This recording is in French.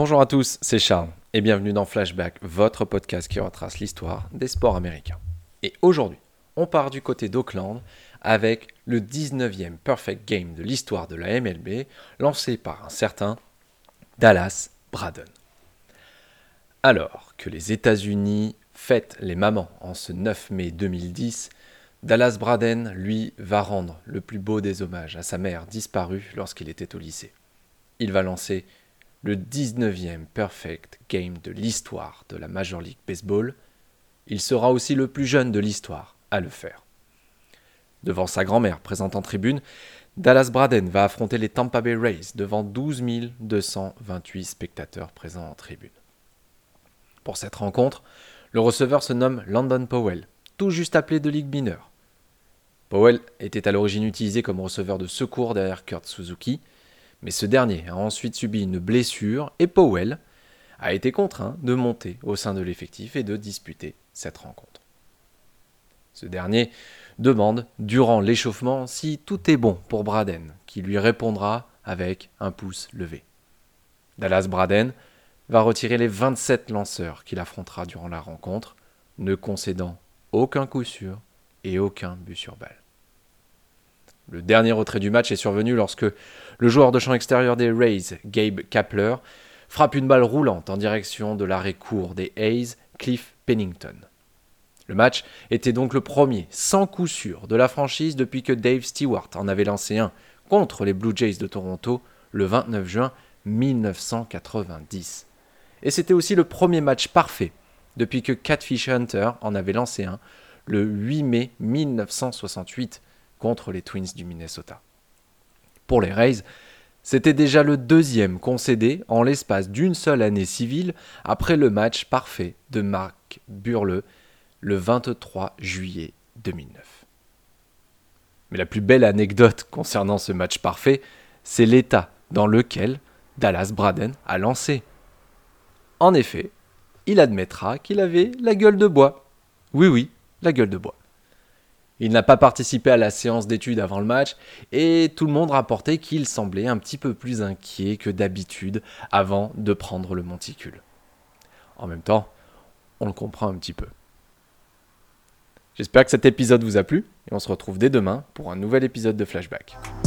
Bonjour à tous, c'est Charles et bienvenue dans Flashback, votre podcast qui retrace l'histoire des sports américains. Et aujourd'hui, on part du côté d'Oakland avec le 19e Perfect Game de l'histoire de la MLB lancé par un certain Dallas Braden. Alors que les États-Unis fêtent les mamans en ce 9 mai 2010, Dallas Braden, lui, va rendre le plus beau des hommages à sa mère disparue lorsqu'il était au lycée. Il va lancer le 19e Perfect Game de l'histoire de la Major League Baseball. Il sera aussi le plus jeune de l'histoire à le faire. Devant sa grand-mère présente en tribune, Dallas Braden va affronter les Tampa Bay Rays devant 12 228 spectateurs présents en tribune. Pour cette rencontre, le receveur se nomme Landon Powell, tout juste appelé de Ligue mineure. Powell était à l'origine utilisé comme receveur de secours derrière Kurt Suzuki, mais ce dernier a ensuite subi une blessure et Powell a été contraint de monter au sein de l'effectif et de disputer cette rencontre. Ce dernier demande, durant l'échauffement, si tout est bon pour Braden, qui lui répondra avec un pouce levé. Dallas Braden va retirer les 27 lanceurs qu'il affrontera durant la rencontre, ne concédant aucun coup sûr et aucun but sur balle. Le dernier retrait du match est survenu lorsque le joueur de champ extérieur des Rays, Gabe Kapler, frappe une balle roulante en direction de l'arrêt court des A's, Cliff Pennington. Le match était donc le premier sans coup sûr de la franchise depuis que Dave Stewart en avait lancé un contre les Blue Jays de Toronto le 29 juin 1990. Et c'était aussi le premier match parfait depuis que Catfish Hunter en avait lancé un le 8 mai 1968 contre les Twins du Minnesota. Pour les Rays, c'était déjà le deuxième concédé en l'espace d'une seule année civile après le match parfait de Mark Buehrle le 23 juillet 2009. Mais la plus belle anecdote concernant ce match parfait, c'est l'état dans lequel Dallas Braden a lancé. En effet, il admettra qu'il avait la gueule de bois. Oui, la gueule de bois. Il n'a pas participé à la séance d'études avant le match et tout le monde rapportait qu'il semblait un petit peu plus inquiet que d'habitude avant de prendre le monticule. En même temps, on le comprend un petit peu. J'espère que cet épisode vous a plu et on se retrouve dès demain pour un nouvel épisode de Flashback.